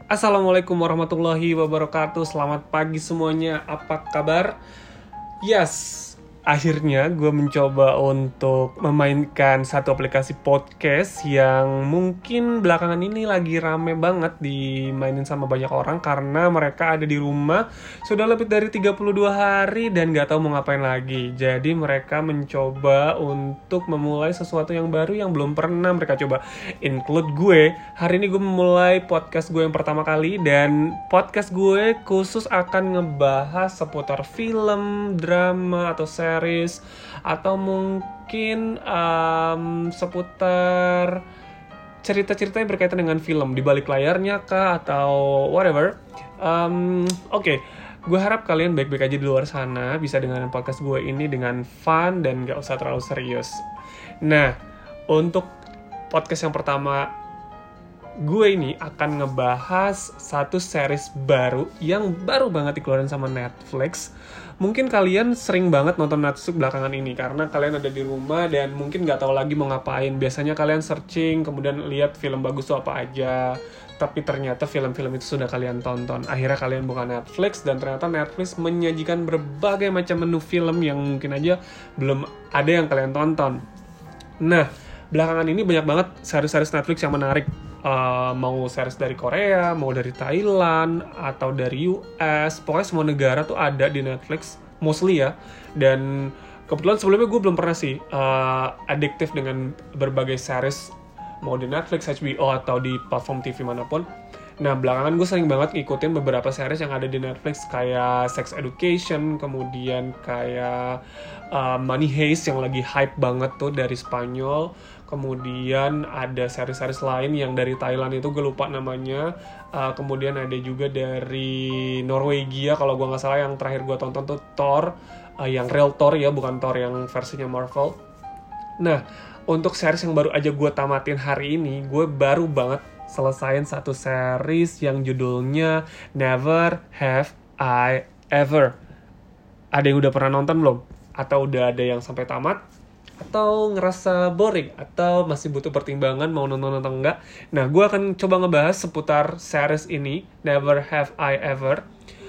Assalamualaikum warahmatullahi wabarakatuh. Selamat pagi semuanya. Apa kabar? Yes, akhirnya gue mencoba untuk memainkan satu aplikasi podcast yang mungkin belakangan ini lagi rame banget dimainin sama banyak orang karena mereka ada di rumah sudah lebih dari 32 hari dan gak tahu mau ngapain lagi. Jadi mereka mencoba untuk memulai sesuatu yang baru yang belum pernah mereka coba. Include gue. Hari ini gue memulai podcast gue yang pertama kali dan podcast gue khusus akan ngebahas seputar film, drama, atau series atau mungkin seputar cerita-cerita yang berkaitan dengan film di balik layarnya kah atau whatever. Oke. Gue harap kalian baik-baik aja di luar sana, bisa dengerin podcast gue ini dengan fun dan gak usah terlalu serius. Nah, untuk podcast yang pertama gue ini akan ngebahas satu series baru yang baru banget dikeluarin sama Netflix. Mungkin kalian sering banget nonton Netflix belakangan ini karena kalian ada di rumah dan mungkin nggak tahu lagi mau ngapain. Biasanya kalian searching, kemudian lihat film bagus tuh apa aja. Tapi ternyata film-film itu sudah kalian tonton. Akhirnya kalian buka Netflix dan ternyata Netflix menyajikan berbagai macam menu film yang mungkin aja belum ada yang kalian tonton. Nah, belakangan ini banyak banget series-series Netflix yang menarik. Mau series dari Korea, mau dari Thailand, atau dari US. Pokoknya semua negara tuh ada di Netflix, mostly ya. Dan kebetulan sebelumnya gue belum pernah sih adiktif dengan berbagai series, mau di Netflix, HBO, atau di platform TV manapun. Nah, belakangan gue sering banget ngikutin beberapa series yang ada di Netflix kayak Sex Education, kemudian kayak Money Heist yang lagi hype banget tuh dari Spanyol. Kemudian ada series-series lain yang dari Thailand itu gue lupa namanya. Kemudian ada juga dari Norwegia kalau gue nggak salah yang terakhir gue tonton tuh Thor, yang real Thor ya, bukan Thor yang versinya Marvel. Nah, untuk series yang baru aja gue tamatin hari ini, gue baru banget selesain satu series yang judulnya Never Have I Ever. Ada yang udah pernah nonton belum? Atau udah ada yang sampai tamat? Atau ngerasa boring? Atau masih butuh pertimbangan mau nonton atau enggak? Nah, gue akan coba ngebahas seputar series ini, Never Have I Ever.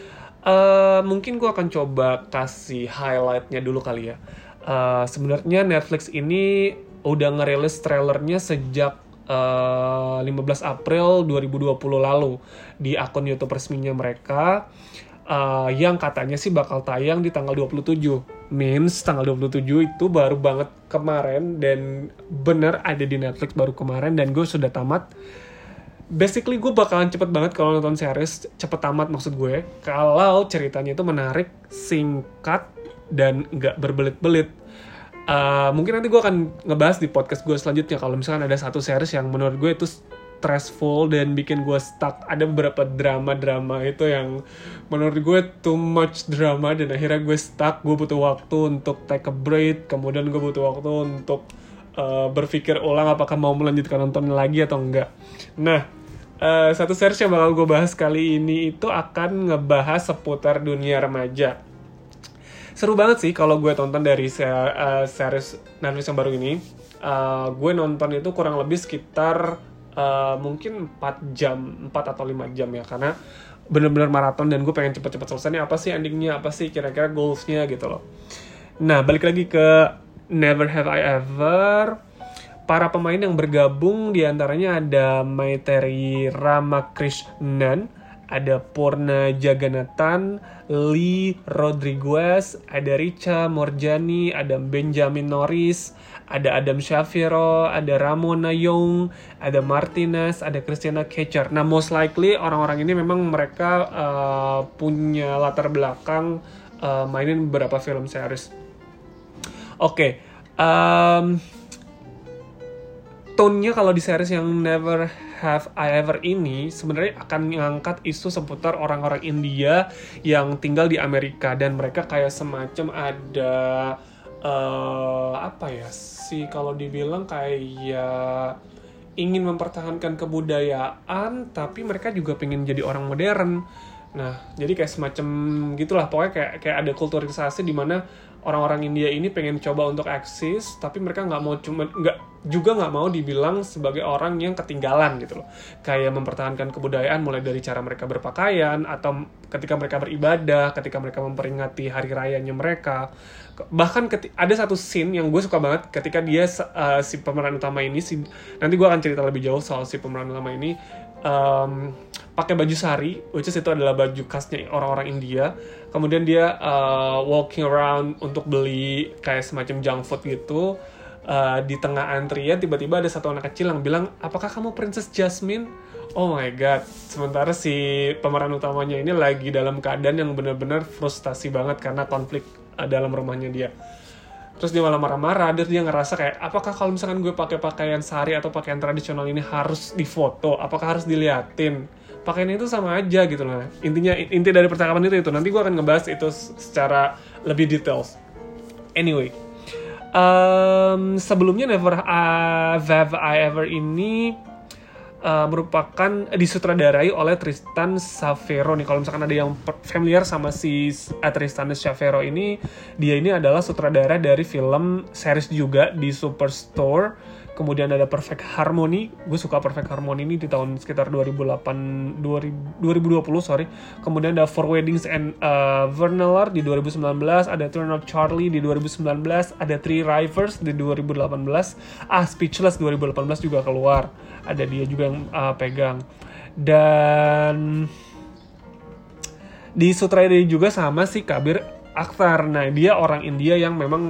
Mungkin gue akan coba kasih highlightnya dulu kali ya. Sebenarnya Netflix ini udah ngerilis trailernya sejak 15 April 2020 lalu di akun YouTube resminya mereka, yang katanya sih bakal tayang di tanggal 27. Means tanggal 27 itu baru banget kemarin dan bener ada di Netflix baru kemarin dan gue sudah tamat. Basically gue bakalan cepet banget kalau nonton series, cepet tamat maksud gue kalau ceritanya itu menarik, singkat, dan gak berbelit-belit. Mungkin nanti gue akan ngebahas di podcast gue selanjutnya kalau misalkan ada satu series yang menurut gue itu stressful dan bikin gue stuck. Ada beberapa drama-drama itu yang menurut gue too much drama dan akhirnya gue stuck. Gue butuh waktu untuk take a break, kemudian gue butuh waktu untuk berpikir ulang apakah mau melanjutkan nonton lagi atau enggak. Nah, satu series yang bakal gue bahas kali ini itu akan ngebahas seputar dunia remaja. Seru banget sih kalau gue tonton dari series Netflix yang baru ini. Gue nonton itu kurang lebih sekitar mungkin 4 jam, 4 atau 5 jam ya. Karena bener-bener maraton dan gue pengen cepet-cepet selesai nih. Apa sih endingnya, apa sih kira-kira goals-nya gitu loh. Nah, balik lagi ke Never Have I Ever. Para pemain yang bergabung diantaranya ada Maiteri Ramakrishnan, ada Purna Jagannathan, Lee Rodriguez, ada Richa Morjani, ada Benjamin Norris, ada Adam Shapiro, ada Ramona Young, ada Martinez, ada Christina Ketcher. Nah, most likely orang-orang ini memang mereka punya latar belakang mainin beberapa film series. Oke, tone-nya kalau di series yang Never Have I Ever ini sebenarnya akan mengangkat isu seputar orang-orang India yang tinggal di Amerika dan mereka kayak semacam ada apa ya sih kalau dibilang kayak ingin mempertahankan kebudayaan tapi mereka juga pengen jadi orang modern. Nah, jadi kayak semacam gitulah, pokoknya kayak ada kulturisasi di mana orang-orang India ini pengen coba untuk eksis, tapi mereka nggak mau dibilang sebagai orang yang ketinggalan gitu loh. Kayak mempertahankan kebudayaan mulai dari cara mereka berpakaian, atau ketika mereka beribadah, ketika mereka memperingati hari rayanya mereka. Bahkan ada satu scene yang gue suka banget ketika dia si pemeran utama ini, nanti gue akan cerita lebih jauh soal si pemeran utama ini, pakai baju sari, which is itu adalah baju khasnya orang-orang India. Kemudian dia walking around untuk beli kayak semacam junk food gitu. Di tengah antrian tiba-tiba ada satu anak kecil yang bilang, apakah kamu Princess Jasmine? Oh my god. Sementara si pemeran utamanya ini lagi dalam keadaan yang benar-benar frustasi banget karena konflik dalam rumahnya dia. Terus dia malah marah-marah, dia ngerasa kayak, apakah kalau misalkan gue pakai pakaian sari atau pakaian tradisional ini harus difoto? Apakah harus diliatin? Pakaian itu sama aja gitu loh. Inti dari percakapan itu. Nanti gue akan ngebahas itu secara lebih details. Anyway, sebelumnya Never Have I Ever ini merupakan disutradarai oleh Tristan Savero nih. Kalau misalkan ada yang familiar sama si Tristan Savero ini, dia ini adalah sutradara dari film series juga di Superstore. Kemudian ada Perfect Harmony. Gue suka Perfect Harmony ini di tahun sekitar 2020, sorry. Kemudian ada Four Weddings and Vernaler di 2019, ada Turn Up Charlie di 2019, ada Three Rivers di 2018, Speechless 2018 juga keluar. Ada dia juga yang pegang. Dan disutradarai juga sama si Kabir Akhtar. Nah, dia orang India yang memang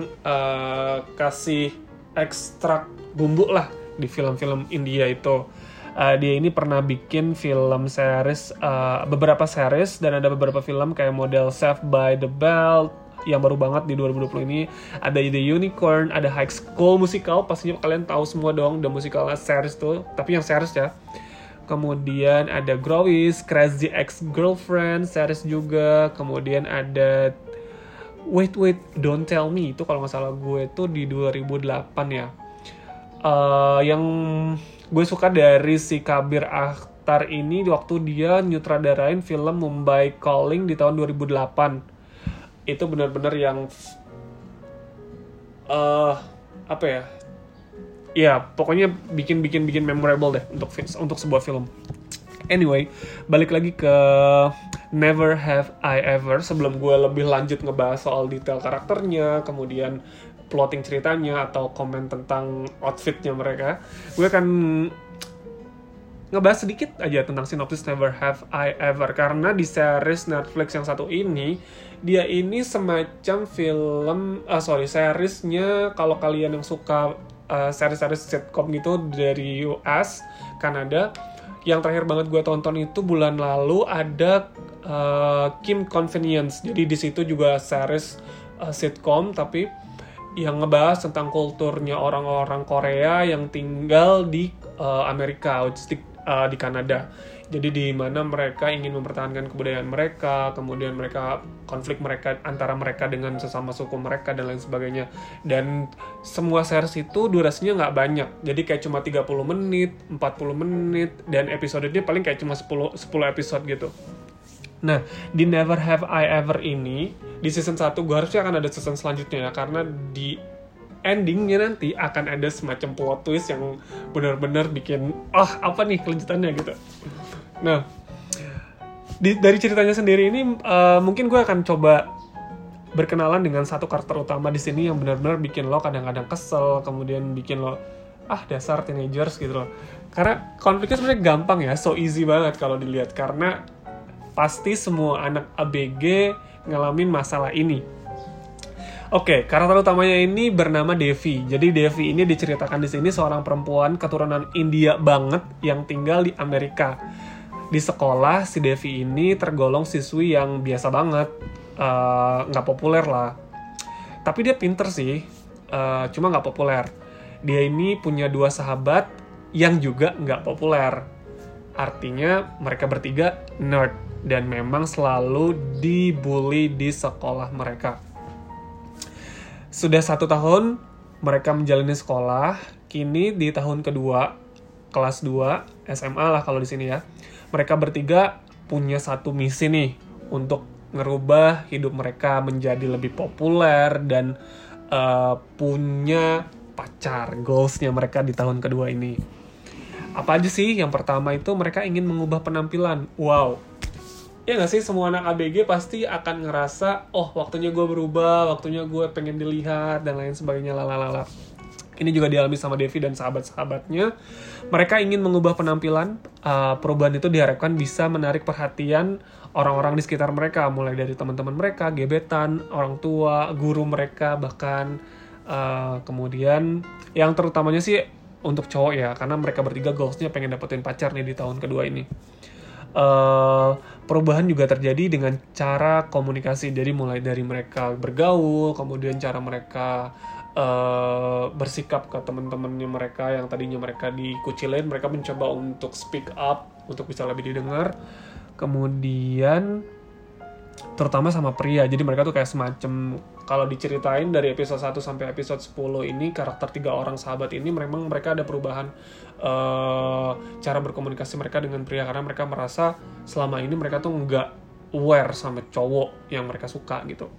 kasih ekstrak bumbu lah di film-film India itu. Dia ini pernah bikin film series, beberapa series, dan ada beberapa film kayak model Saved by the Bell yang baru banget di 2020 ini. Ada The Unicorn, ada High School Musical, pastinya kalian tahu semua dong The Musical series tuh, tapi yang series ya. Kemudian ada Growis, Crazy Ex-Girlfriend series juga. Kemudian ada Wait, Don't Tell Me, itu kalau nggak salah gue tuh di 2008 ya. Yang gue suka dari si Kabir Akhtar ini waktu dia nyutradarain film Mumbai Calling di tahun 2008. Itu benar-benar yang apa ya? Ya, pokoknya bikin memorable deh untuk sebuah film. Anyway, balik lagi ke Never Have I Ever. Sebelum gue lebih lanjut ngebahas soal detail karakternya, kemudian plotting ceritanya, atau komen tentang outfitnya mereka, gue akan ngebahas sedikit aja tentang sinopsis Never Have I Ever. Karena di series Netflix yang satu ini, dia ini semacam seriesnya, kalau kalian yang suka series-series sitcom gitu dari US, Kanada, yang terakhir banget gue tonton itu bulan lalu ada Kim Convenience. Jadi di situ juga series sitcom, tapi yang ngebahas tentang kulturnya orang-orang Korea yang tinggal di Amerika, di Kanada. Jadi di mana mereka ingin mempertahankan kebudayaan mereka, kemudian konflik mereka antara mereka dengan sesama suku mereka dan lain sebagainya. Dan semua series itu durasinya nggak banyak. Jadi kayak cuma 30 menit, 40 menit, dan episodenya paling kayak cuma 10 episode gitu. Nah, di Never Have I Ever ini, di season 1, gue harusnya akan ada season selanjutnya ya, karena di endingnya nanti akan ada semacam plot twist yang benar-benar bikin, apa nih kelanjutannya gitu. Nah, dari ceritanya sendiri ini, mungkin gue akan coba berkenalan dengan satu karakter utama di sini yang benar-benar bikin lo kadang-kadang kesel, kemudian bikin lo, dasar teenagers gitu loh. Karena konfliknya sebenarnya gampang ya, so easy banget kalau dilihat, karena pasti semua anak ABG ngalamin masalah ini. Oke, karakter utamanya ini bernama Devi. Jadi Devi ini diceritakan di sini seorang perempuan keturunan India banget yang tinggal di Amerika. Di sekolah, si Devi ini tergolong siswi yang biasa banget, nggak populer lah. Tapi dia pinter sih, cuma nggak populer. Dia ini punya 2 sahabat yang juga nggak populer. Artinya mereka bertiga nerd dan memang selalu dibully di sekolah mereka. Sudah 1 tahun mereka menjalani sekolah. Kini di tahun kedua, kelas 2 SMA lah kalau di sini ya. Mereka bertiga punya satu misi nih untuk ngerubah hidup mereka menjadi lebih populer dan punya pacar. Goalsnya mereka di tahun kedua ini apa aja sih? Yang pertama itu mereka ingin mengubah penampilan. Wow, ya nggak sih, semua anak ABG pasti akan ngerasa, oh waktunya gue berubah, waktunya gue pengen dilihat dan lain sebagainya, lalalala. Ini juga dialami sama Devi dan sahabat-sahabatnya. Mereka ingin mengubah penampilan. Perubahan itu diharapkan bisa menarik perhatian orang-orang di sekitar mereka, mulai dari teman-teman mereka, gebetan, orang tua, guru mereka, bahkan kemudian yang terutamanya sih untuk cowok ya, karena mereka bertiga goalsnya pengen dapetin pacar nih di tahun kedua ini. Perubahan juga terjadi dengan cara komunikasi, jadi mulai dari mereka bergaul, kemudian cara mereka bersikap ke teman-temannya mereka yang tadinya mereka dikucilin, mereka mencoba untuk speak up untuk bisa lebih didengar. Kemudian terutama sama pria, jadi mereka tuh kayak semacam, kalau diceritain dari episode 1 sampai episode 10 ini, karakter 3 orang sahabat ini memang mereka ada perubahan cara berkomunikasi mereka dengan pria, karena mereka merasa selama ini mereka tuh nggak aware sama cowok yang mereka suka gitu.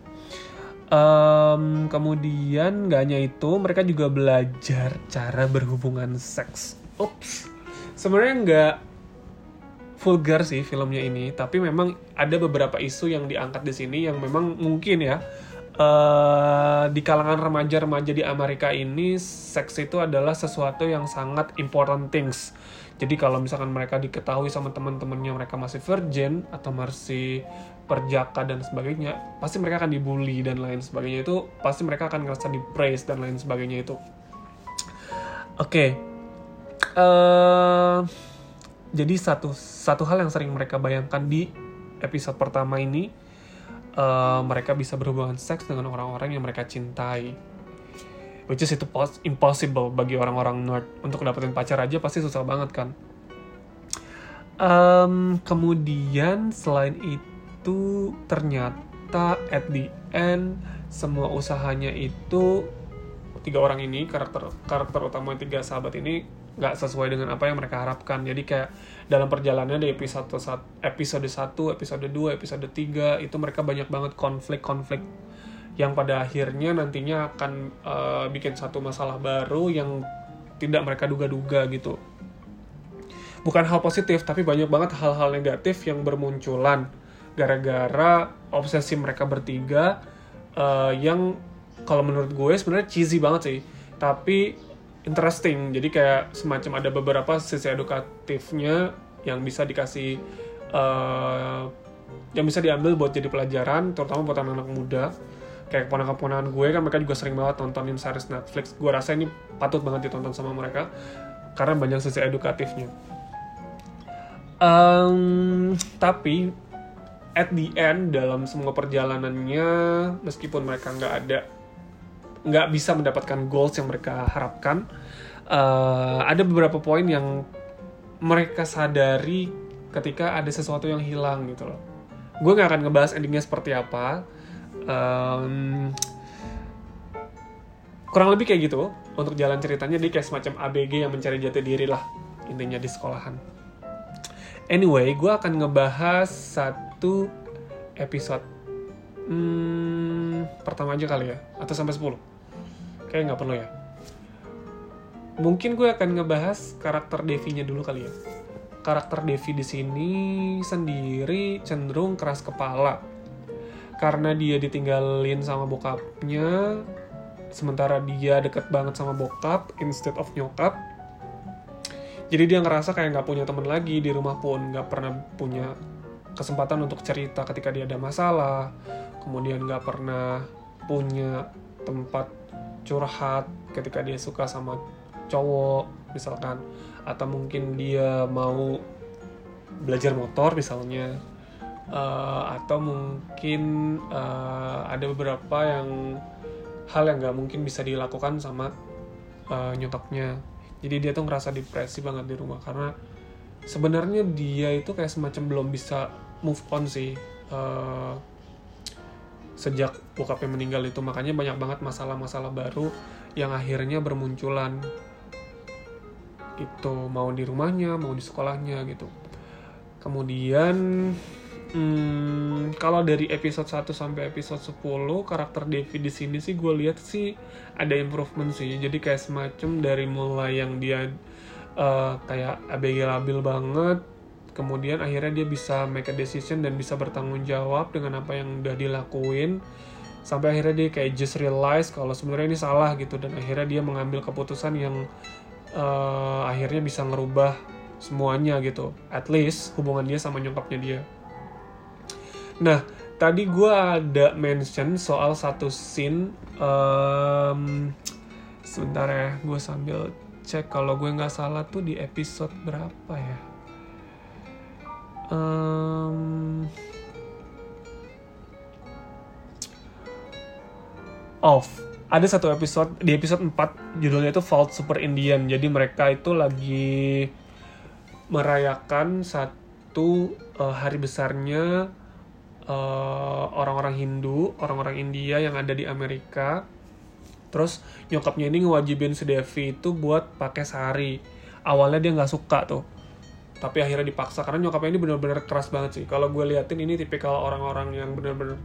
Kemudian gak hanya itu, mereka juga belajar cara berhubungan seks. Sebenarnya nggak vulgar sih filmnya ini, tapi memang ada beberapa isu yang diangkat di sini yang memang mungkin ya di kalangan remaja-remaja di Amerika ini, seks itu adalah sesuatu yang sangat important things. Jadi kalau misalkan mereka diketahui sama teman-temannya mereka masih virgin atau masih perjaka dan sebagainya, pasti mereka akan dibully dan lain sebagainya, itu pasti mereka akan ngerasa di praise dan lain sebagainya itu. Oke. Jadi satu hal yang sering mereka bayangkan di episode pertama ini, mereka bisa berhubungan seks dengan orang-orang yang mereka cintai, which is itu impossible bagi orang-orang nerd. Untuk dapetin pacar aja pasti susah banget kan. Kemudian selain itu, ternyata at the end semua usahanya itu 3 orang ini, karakter utama 3 sahabat ini nggak sesuai dengan apa yang mereka harapkan. Jadi kayak dalam perjalanannya di episode 1, episode 2, episode 3 itu mereka banyak banget konflik-konflik yang pada akhirnya nantinya akan bikin satu masalah baru yang tidak mereka duga-duga gitu. Bukan hal positif, tapi banyak banget hal-hal negatif yang bermunculan gara-gara obsesi mereka bertiga, yang kalau menurut gue sebenarnya cheesy banget sih, tapi interesting. Jadi kayak semacam ada beberapa sisi edukatifnya yang bisa dikasih, yang bisa diambil buat jadi pelajaran, terutama buat anak-anak muda. Kayak keponakan-keponakan gue kan, mereka juga sering banget nontonin series Netflix. Gue rasa ini patut banget ditonton sama mereka karena banyak sisi edukatifnya. Tapi at the end, dalam semua perjalanannya, meskipun mereka nggak bisa mendapatkan goals yang mereka harapkan, ada beberapa poin yang mereka sadari ketika ada sesuatu yang hilang gitu loh. Gue nggak akan ngebahas endingnya seperti apa. Kurang lebih kayak gitu untuk jalan ceritanya. Dia kayak semacam ABG yang mencari jati diri lah intinya di sekolahan. Anyway, gue akan ngebahas satu episode pertama aja kali ya, atau sampai 10. Kayaknya nggak perlu ya. Mungkin gue akan ngebahas karakter Devi-nya dulu kali ya. Karakter Devi di sini sendiri cenderung keras kepala karena dia ditinggalin sama bokapnya, sementara dia deket banget sama bokap instead of nyokap. Jadi dia ngerasa kayak nggak punya teman lagi di rumah pun, nggak pernah punya kesempatan untuk cerita ketika dia ada masalah, kemudian nggak pernah punya tempat curhat ketika dia suka sama cowok misalkan, atau mungkin dia mau belajar motor misalnya, atau mungkin ada beberapa hal yang nggak mungkin bisa dilakukan sama nyokapnya. Jadi dia tuh ngerasa depresi banget di rumah karena sebenarnya dia itu kayak semacam belum bisa move on sih sejak bokapnya meninggal itu. Makanya banyak banget masalah-masalah baru yang akhirnya bermunculan, itu mau di rumahnya, mau di sekolahnya gitu. Kemudian kalau dari episode 1 sampai episode 10 karakter Devi di sini sih gue lihat sih ada improvement sih. Jadi kayak semacam dari mulai yang dia kayak ABG labil banget, kemudian akhirnya dia bisa make a decision dan bisa bertanggung jawab dengan apa yang udah dilakuin, sampai akhirnya dia kayak just realize kalau sebenarnya ini salah gitu, dan akhirnya dia mengambil keputusan yang akhirnya bisa ngerubah semuanya gitu, at least hubungan dia sama nyokapnya dia. Nah, tadi gue ada mention soal satu scene, sebentar ya, gue sambil cek. Kalau gue nggak salah tuh di episode berapa ya? Ada satu episode, di episode 4 judulnya itu Vault Super Indian. Jadi mereka itu lagi merayakan satu hari besarnya orang-orang Hindu, orang-orang India yang ada di Amerika. Terus nyokapnya ini ngewajibin si Devi itu buat pakai sari. Awalnya dia nggak suka tuh, tapi akhirnya dipaksa karena nyokapnya ini benar-benar keras banget sih. Kalau gue liatin ini tipikal orang-orang yang benar-benar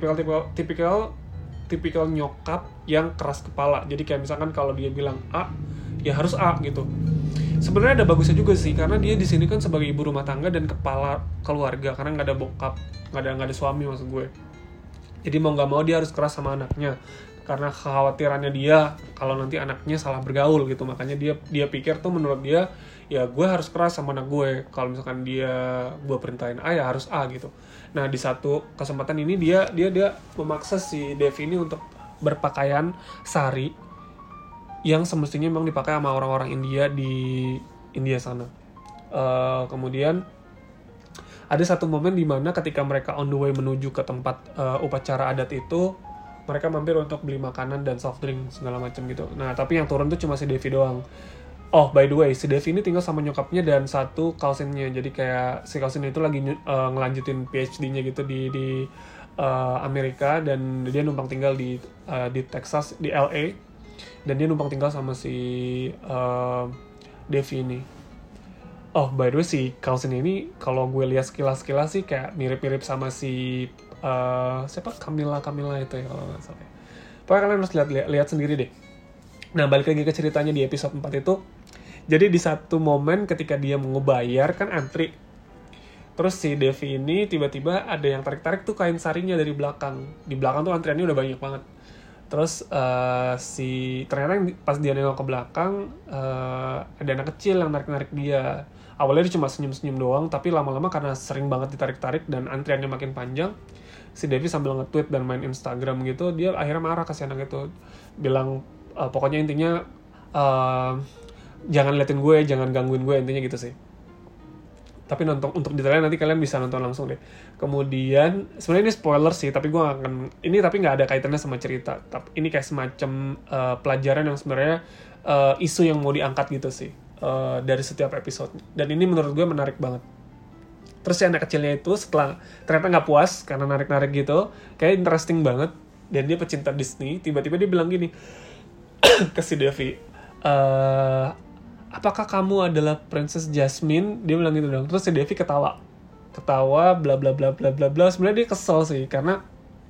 tipikal nyokap yang keras kepala. Jadi kayak misalkan kalau dia bilang A, ya harus A gitu. Sebenarnya ada bagusnya juga sih, karena dia di sini kan sebagai ibu rumah tangga dan kepala keluarga, karena nggak ada bokap, nggak ada suami maksud gue. Jadi mau nggak mau dia harus keras sama anaknya, karena kekhawatirannya dia kalau nanti anaknya salah bergaul gitu. Makanya dia pikir tuh, menurut dia ya gue harus keras sama anak gue. Kalau misalkan gue perintahin A, ya harus A gitu. Nah, di satu kesempatan ini dia memaksa si Devi ini untuk berpakaian sari yang semestinya memang dipakai sama orang-orang India di India sana. Kemudian ada satu momen di mana ketika mereka on the way menuju ke tempat upacara adat itu, mereka mampir untuk beli makanan dan soft drink segala macam gitu. Nah, tapi yang turun tuh cuma si Devi doang. Oh, by the way, si Devi ini tinggal sama nyokapnya dan satu cousin-nya. Jadi kayak si cousin itu lagi ngelanjutin PhD-nya gitu di Amerika, dan dia numpang tinggal di Texas, di LA. Dan dia numpang tinggal sama si Devi ini. Oh, by the way, si cousin ini kalau gue lihat sekilas sih kayak mirip-mirip sama si siapa? Camilla itu ya kalau nggak salah. Pokoknya kalian harus lihat sendiri deh. Nah, balik lagi ke ceritanya di episode 4 itu. Jadi di satu momen ketika dia mau bayar kan antri. Terus si Devi ini tiba-tiba ada yang tarik-tarik tuh kain sarinya dari belakang. Di belakang tuh antriannya udah banyak banget. Terus ternyata pas dia nengok ke belakang ada anak kecil yang narik-narik dia. Awalnya dia cuma senyum-senyum doang, tapi lama-lama karena sering banget ditarik-tarik dan antriannya makin panjang, si Devi sambil nge-tweet dan main Instagram gitu, dia akhirnya marah ke si anak itu, bilang pokoknya intinya jangan liatin gue, jangan gangguin gue, intinya gitu sih. Tapi untuk detailnya nanti kalian bisa nonton langsung deh. Kemudian sebenarnya ini spoiler sih, tapi gue tapi nggak ada kaitannya sama cerita. Tapi ini kayak semacam pelajaran yang sebenarnya isu yang mau diangkat gitu sih dari setiap episode. Dan ini menurut gue menarik banget. Terus si anak kecilnya itu setelah ternyata nggak puas karena narik-narik gitu, kayak interesting banget. Dan dia pecinta Disney. Tiba-tiba dia bilang gini ke si Devi, apakah kamu adalah Princess Jasmine? Dia bilang gitu dong. Terus si Devi ketawa bla bla bla bla bla bla. Sebenarnya dia kesel sih karena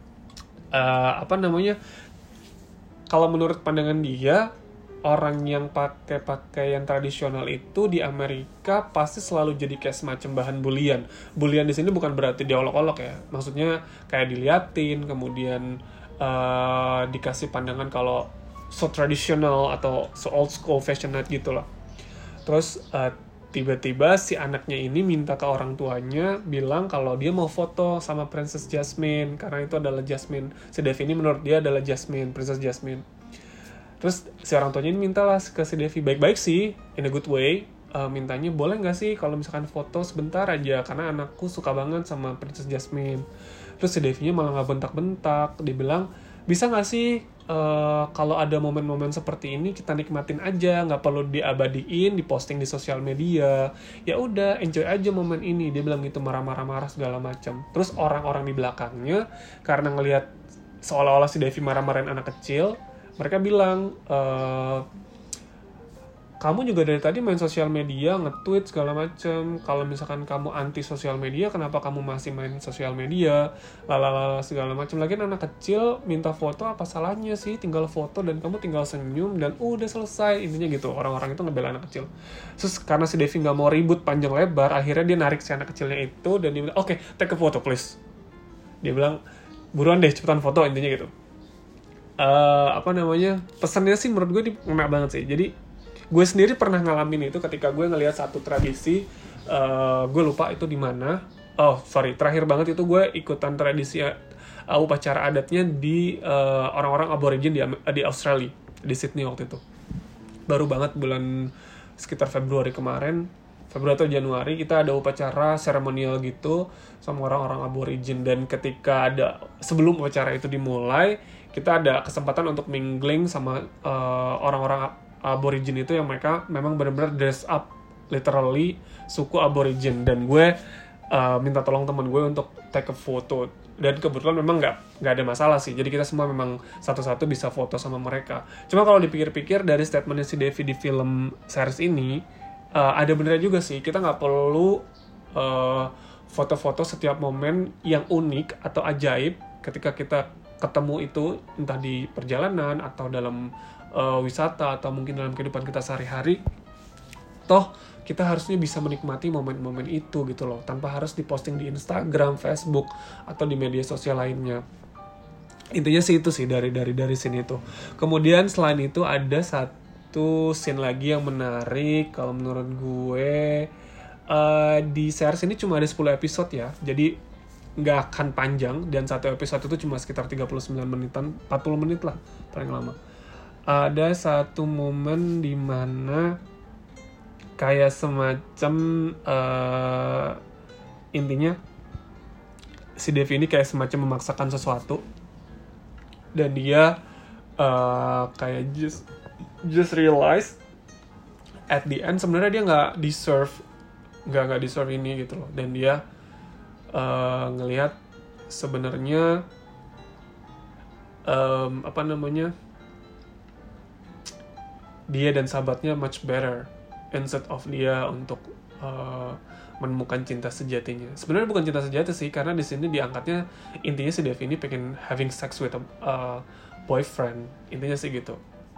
kalau menurut pandangan dia, orang yang pakai pakaian tradisional itu di Amerika pasti selalu jadi kayak semacam bahan bulian. Bulian di sini bukan berarti diolok-olok ya. Maksudnya kayak diliatin, kemudian dikasih pandangan kalau so tradisional atau so old school fashionette gitu lah. Terus tiba-tiba si anaknya ini minta ke orang tuanya, bilang kalau dia mau foto sama Princess Jasmine karena itu adalah Jasmine. Si Devi ini menurut dia adalah Jasmine, Princess Jasmine. Terus si orang tuanya ini mintalah ke si Devi, baik-baik sih, in a good way, mintanya boleh nggak sih kalau misalkan foto sebentar aja karena anakku suka banget sama Princess Jasmine. Terus si Devi-nya malah nggak bentak-bentak, dia bilang bisa nggak sih kalau ada momen-momen seperti ini kita nikmatin aja, nggak perlu diabadiin, diposting di sosial media, ya udah enjoy aja momen ini. Dia bilang gitu, marah segala macam. Terus orang-orang di belakangnya karena ngelihat seolah-olah si Devi marah-marahin anak kecil, mereka bilang kamu juga dari tadi main sosial media, nge-tweet segala macem. Kalau misalkan kamu anti sosial media, kenapa kamu masih main sosial media? Lalala segala macem. Lagian anak kecil minta foto, apa salahnya sih? Tinggal foto dan kamu tinggal senyum dan udah selesai. Intinya gitu, orang-orang itu ngebela anak kecil. Terus karena si Devi nggak mau ribut panjang lebar, akhirnya dia narik si anak kecilnya itu dan dia bilang, oke, take a photo please. Dia bilang, buruan deh, cepetan foto, intinya gitu. Pesannya sih menurut gue ngena banget sih. Jadi gue sendiri pernah ngalamin itu ketika gue ngelihat satu tradisi, gue lupa itu di mana. Terakhir banget itu gue ikutan tradisi upacara adatnya di orang-orang aborigin di Australia, di Sydney waktu itu. Baru banget bulan sekitar Februari atau Januari, kita ada upacara seremonial gitu sama orang-orang aborigin. Dan ketika sebelum upacara itu dimulai, kita ada kesempatan untuk mingling sama orang-orang aborigin itu yang mereka memang benar-benar dress up, literally suku aborigin. Dan gue minta tolong teman gue untuk take a photo, dan kebetulan memang nggak ada masalah sih, jadi kita semua memang satu-satu bisa foto sama mereka. Cuma kalau dipikir-pikir dari statementnya si Devi di film series ini, ada benernya juga sih, kita nggak perlu foto-foto setiap momen yang unik atau ajaib ketika kita ketemu itu, entah di perjalanan atau dalam wisata atau mungkin dalam kehidupan kita sehari-hari. Toh kita harusnya bisa menikmati momen-momen itu gitu loh, tanpa harus diposting di Instagram, Facebook atau di media sosial lainnya. Intinya sih itu sih dari scene itu. Kemudian selain itu ada satu scene lagi yang menarik kalau menurut gue. Di series ini cuma ada 10 episode ya, jadi nggak akan panjang, dan satu episode itu cuma sekitar 39 menitan, 40 menit lah paling lama. Ada satu momen di mana kayak semacam intinya si Devi ini kayak semacam memaksakan sesuatu, dan dia kayak just realize at the end sebenarnya dia nggak deserve ini gitu loh. Dan dia ngelihat sebenarnya dia dan sahabatnya much better instead of dia untuk menemukan cinta sejatinya. Sebenarnya bukan cinta sejati sih, karena di sini diangkatnya intinya si Devi ini pengen having sex with a boyfriend, intinya sih gitu.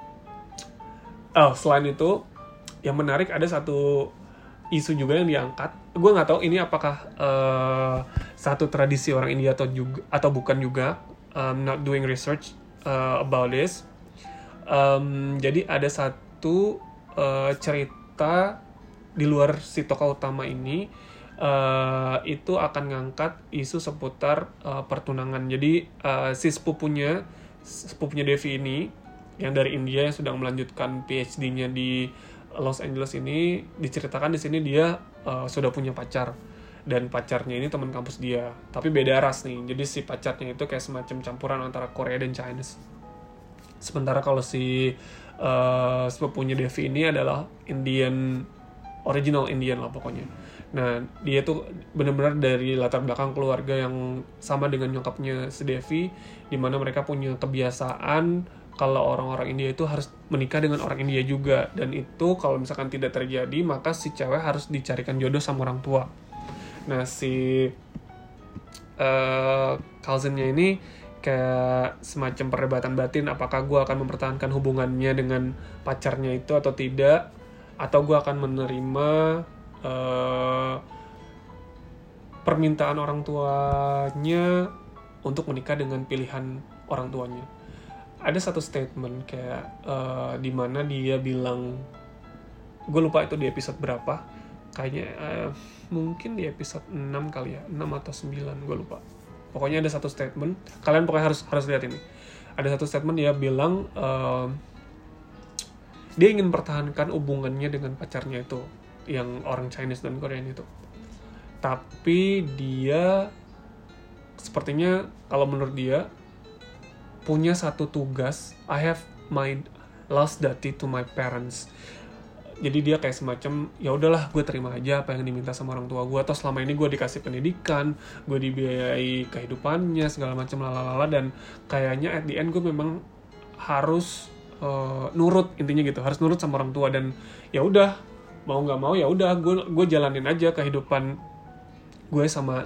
Selain itu yang menarik ada satu isu juga yang diangkat. Gue nggak tahu ini apakah satu tradisi orang India atau bukan juga. Not doing research about this. Jadi ada satu cerita di luar si tokoh utama ini, itu akan ngangkat isu seputar pertunangan. Jadi si sepupunya Devi ini yang dari India yang sedang melanjutkan PhD-nya di Los Angeles ini, diceritakan di sini dia sudah punya pacar, dan pacarnya ini teman kampus dia, tapi beda ras nih. Jadi si pacarnya itu kayak semacam campuran antara Korea dan Chinese. Sementara kalau si sepupunya Devi ini adalah original Indian lah pokoknya. Nah, dia tuh benar-benar dari latar belakang keluarga yang sama dengan nyokapnya si Devi, di mana mereka punya kebiasaan kalau orang-orang India itu harus menikah dengan orang India juga. Dan itu kalau misalkan tidak terjadi, maka si cewek harus dicarikan jodoh sama orang tua. Nah, si cousinnya ini kayak semacam perdebatan batin, apakah gue akan mempertahankan hubungannya dengan pacarnya itu atau tidak, atau gue akan menerima permintaan orang tuanya untuk menikah dengan pilihan orang tuanya. Ada satu statement kayak di mana dia bilang, gue lupa itu di episode berapa, kayaknya mungkin di episode 6 kali ya, 6 atau 9, gue lupa. Pokoknya ada satu statement, kalian pokoknya harus lihat ini. Ada satu statement dia bilang dia ingin mempertahankan hubungannya dengan pacarnya itu, yang orang Chinese dan Korean itu. Tapi dia sepertinya kalau menurut dia punya satu tugas, I have my last duty to my parents. Jadi dia kayak semacam, ya udahlah gue terima aja apa yang diminta sama orang tua gue. Atau selama ini gue dikasih pendidikan, gue dibiayai kehidupannya segala macam lalala, dan kayaknya at the end gue memang harus nurut, intinya gitu, harus nurut sama orang tua. Dan ya udah, mau nggak mau ya udah, gue jalanin aja kehidupan gue sama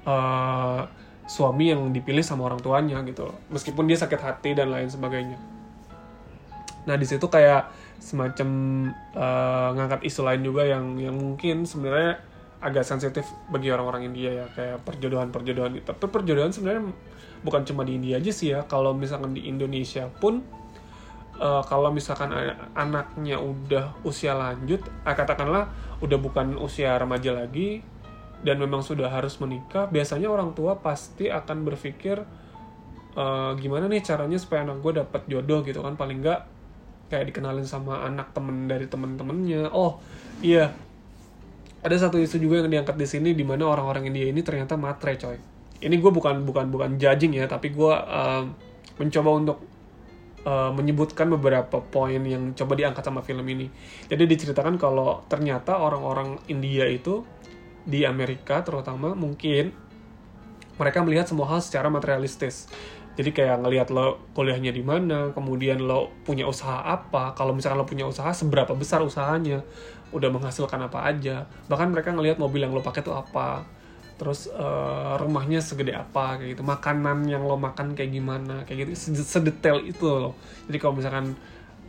suami yang dipilih sama orang tuanya gitu, meskipun dia sakit hati dan lain sebagainya. Nah di situ kayak semacam ngangkat isu lain juga yang mungkin sebenarnya agak sensitif bagi orang-orang India ya, kayak perjodohan itu. Tapi perjodohan sebenarnya bukan cuma di India aja sih ya. Kalau misalkan di Indonesia pun kalau misalkan anaknya udah usia lanjut, katakanlah udah bukan usia remaja lagi dan memang sudah harus menikah, biasanya orang tua pasti akan berpikir gimana nih caranya supaya anak gue dapat jodoh gitu kan, paling nggak kayak dikenalin sama anak temen dari temen-temennya. Oh iya, ada satu isu juga yang diangkat di sini, di mana orang-orang India ini ternyata matre, coy. Ini gue bukan judging ya, tapi gue mencoba untuk menyebutkan beberapa poin yang coba diangkat sama film ini. Jadi diceritakan kalau ternyata orang-orang India itu di Amerika terutama, mungkin mereka melihat semua hal secara materialistis. Jadi kayak ngelihat lo kuliahnya di mana, kemudian lo punya usaha apa, kalau misalkan lo punya usaha seberapa besar usahanya, udah menghasilkan apa aja. Bahkan mereka ngelihat mobil yang lo pakai tuh apa, terus rumahnya segede apa, kayak gitu, makanan yang lo makan kayak gimana, kayak gitu, sedetail itu lo. Jadi kalau misalkan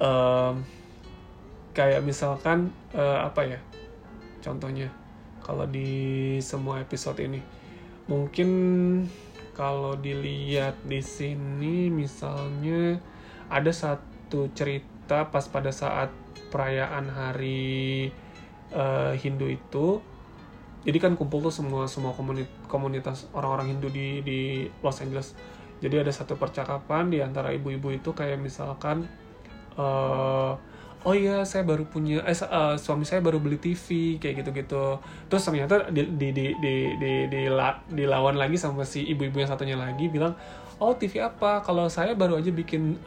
kayak misalkan apa ya contohnya, kalau di semua episode ini, mungkin kalau dilihat di sini misalnya ada satu cerita pas pada saat perayaan hari Hindu itu. Jadi kan kumpul tuh semua komunitas orang-orang Hindu di Los Angeles. Jadi ada satu percakapan di antara ibu-ibu itu kayak misalkan oh iya saya baru punya suami saya baru beli TV kayak gitu-gitu. Terus ternyata dilawan lagi sama si ibu-ibu yang satunya lagi, bilang, oh TV apa? Kalau saya baru aja bikin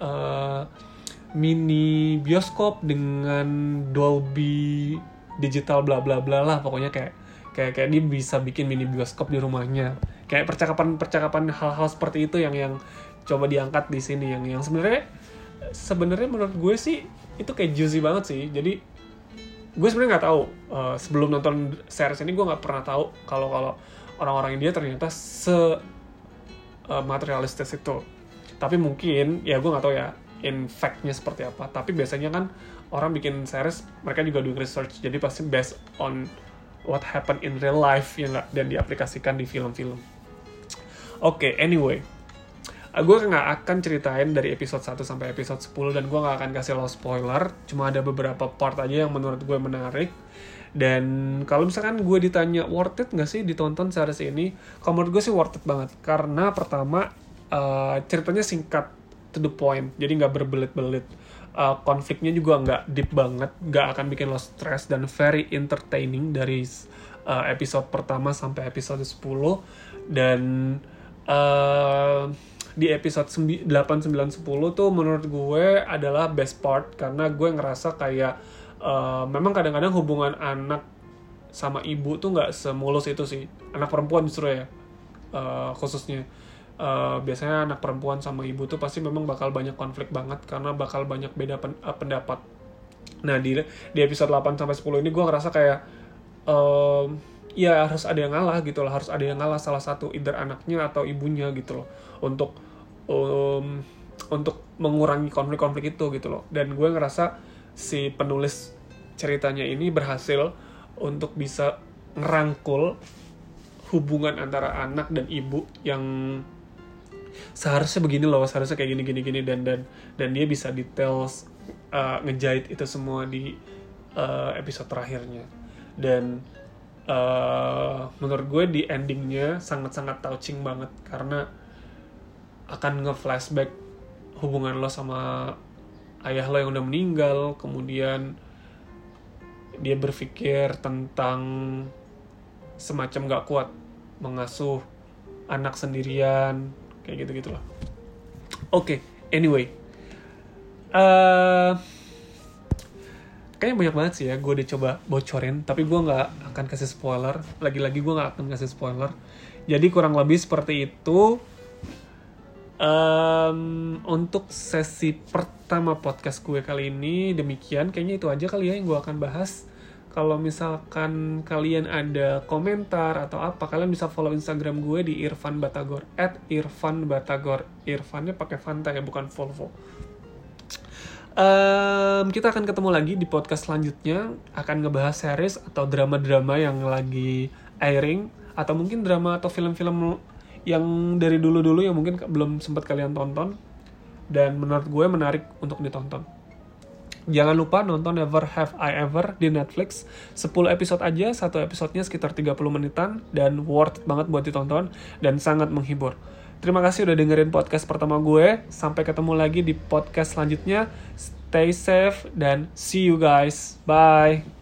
mini bioskop dengan Dolby digital bla bla bla lah, pokoknya kayak dia bisa bikin mini bioskop di rumahnya. Kayak percakapan hal-hal seperti itu yang coba diangkat di sini, yang sebenarnya menurut gue sih itu kayak juicy banget sih. Jadi gue sebenarnya nggak tahu, sebelum nonton series ini gue nggak pernah tahu kalau orang-orang India ternyata materialistis itu. Tapi mungkin ya gue nggak tahu ya in fact-nya seperti apa. Tapi biasanya kan orang bikin series mereka juga doing research, jadi pasti based on what happened in real life ya nggak, dan diaplikasikan di film-film. Oke, anyway, gue nggak akan ceritain dari episode 1 sampai episode 10, dan gue nggak akan kasih lo spoiler, cuma ada beberapa part aja yang menurut gue menarik. Dan kalau misalkan gue ditanya worth it nggak sih ditonton series ini, kalau menurut gue sih worth it banget. Karena pertama, ceritanya singkat, to the point, jadi nggak berbelit-belit. Konfliknya juga nggak deep banget, nggak akan bikin lo stress, dan very entertaining dari episode pertama sampai episode 10. Dan di episode 8, 9, 10 tuh menurut gue adalah best part, karena gue ngerasa kayak memang kadang-kadang hubungan anak sama ibu tuh nggak semulus itu sih. Anak perempuan justru ya, khususnya biasanya anak perempuan sama ibu tuh pasti memang bakal banyak konflik banget, karena bakal banyak beda pendapat. Nah di episode 8 sampai 10 ini gue ngerasa kayak ya harus ada yang ngalah gitu loh, harus ada yang ngalah, salah satu either anaknya atau ibunya gitu loh, untuk mengurangi konflik-konflik itu gitu loh. Dan gue ngerasa si penulis ceritanya ini berhasil untuk bisa ngerangkul hubungan antara anak dan ibu yang seharusnya begini loh, seharusnya kayak gini, dan dia bisa details ngejahit itu semua di episode terakhirnya. Dan menurut gue di endingnya sangat-sangat touching banget, karena akan nge-flashback hubungan lo sama ayah lo yang udah meninggal, kemudian dia berpikir tentang semacam gak kuat mengasuh anak sendirian, kayak gitu-gitu lah. Oke, anyway, kayaknya banyak banget sih ya gue udah coba bocorin, tapi gue nggak akan kasih spoiler. Lagi-lagi gue nggak akan kasih spoiler. Jadi kurang lebih seperti itu. Untuk sesi pertama podcast gue kali ini demikian. Kayaknya itu aja kali ya yang gue akan bahas. Kalau misalkan kalian ada komentar atau apa, kalian bisa follow Instagram gue di Irfan Batagor, @irfanbatagor. Irfannya pakai Fanta ya, bukan Volvo. Kita akan ketemu lagi di podcast selanjutnya. Akan ngebahas series atau drama-drama yang lagi airing, atau mungkin drama atau film-film yang dari dulu-dulu yang mungkin belum sempat kalian tonton dan menurut gue menarik untuk ditonton. Jangan lupa nonton Never Have I Ever di Netflix. 10 episode aja, satu episodenya sekitar 30 menitan, dan worth it banget buat ditonton, dan sangat menghibur. Terima kasih udah dengerin podcast pertama gue. Sampai ketemu lagi di podcast selanjutnya. Stay safe, dan see you guys. Bye.